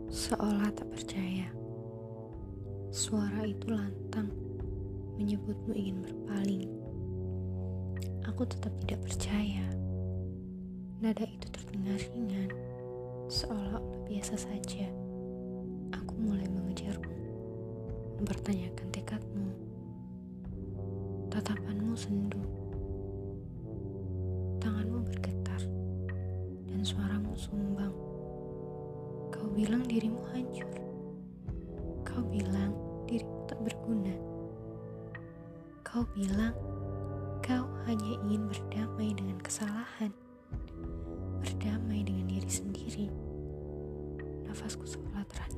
Seolah tak percaya, suara itu lantang menyebutmu ingin berpaling. Aku tetap tidak percaya. Nada itu terdengar ringan, seolah-olah biasa saja. Aku mulai mengejarmu, mempertanyakan tekadmu. Tatapanmu sendu, tanganmu bergetar, dan suaramu sumbang. Kau bilang dirimu hancur. Kau bilang dirimu tak berguna. Kau bilang kau hanya ingin berdamai dengan kesalahan, berdamai dengan diri sendiri. Nafasku seolah terhenti.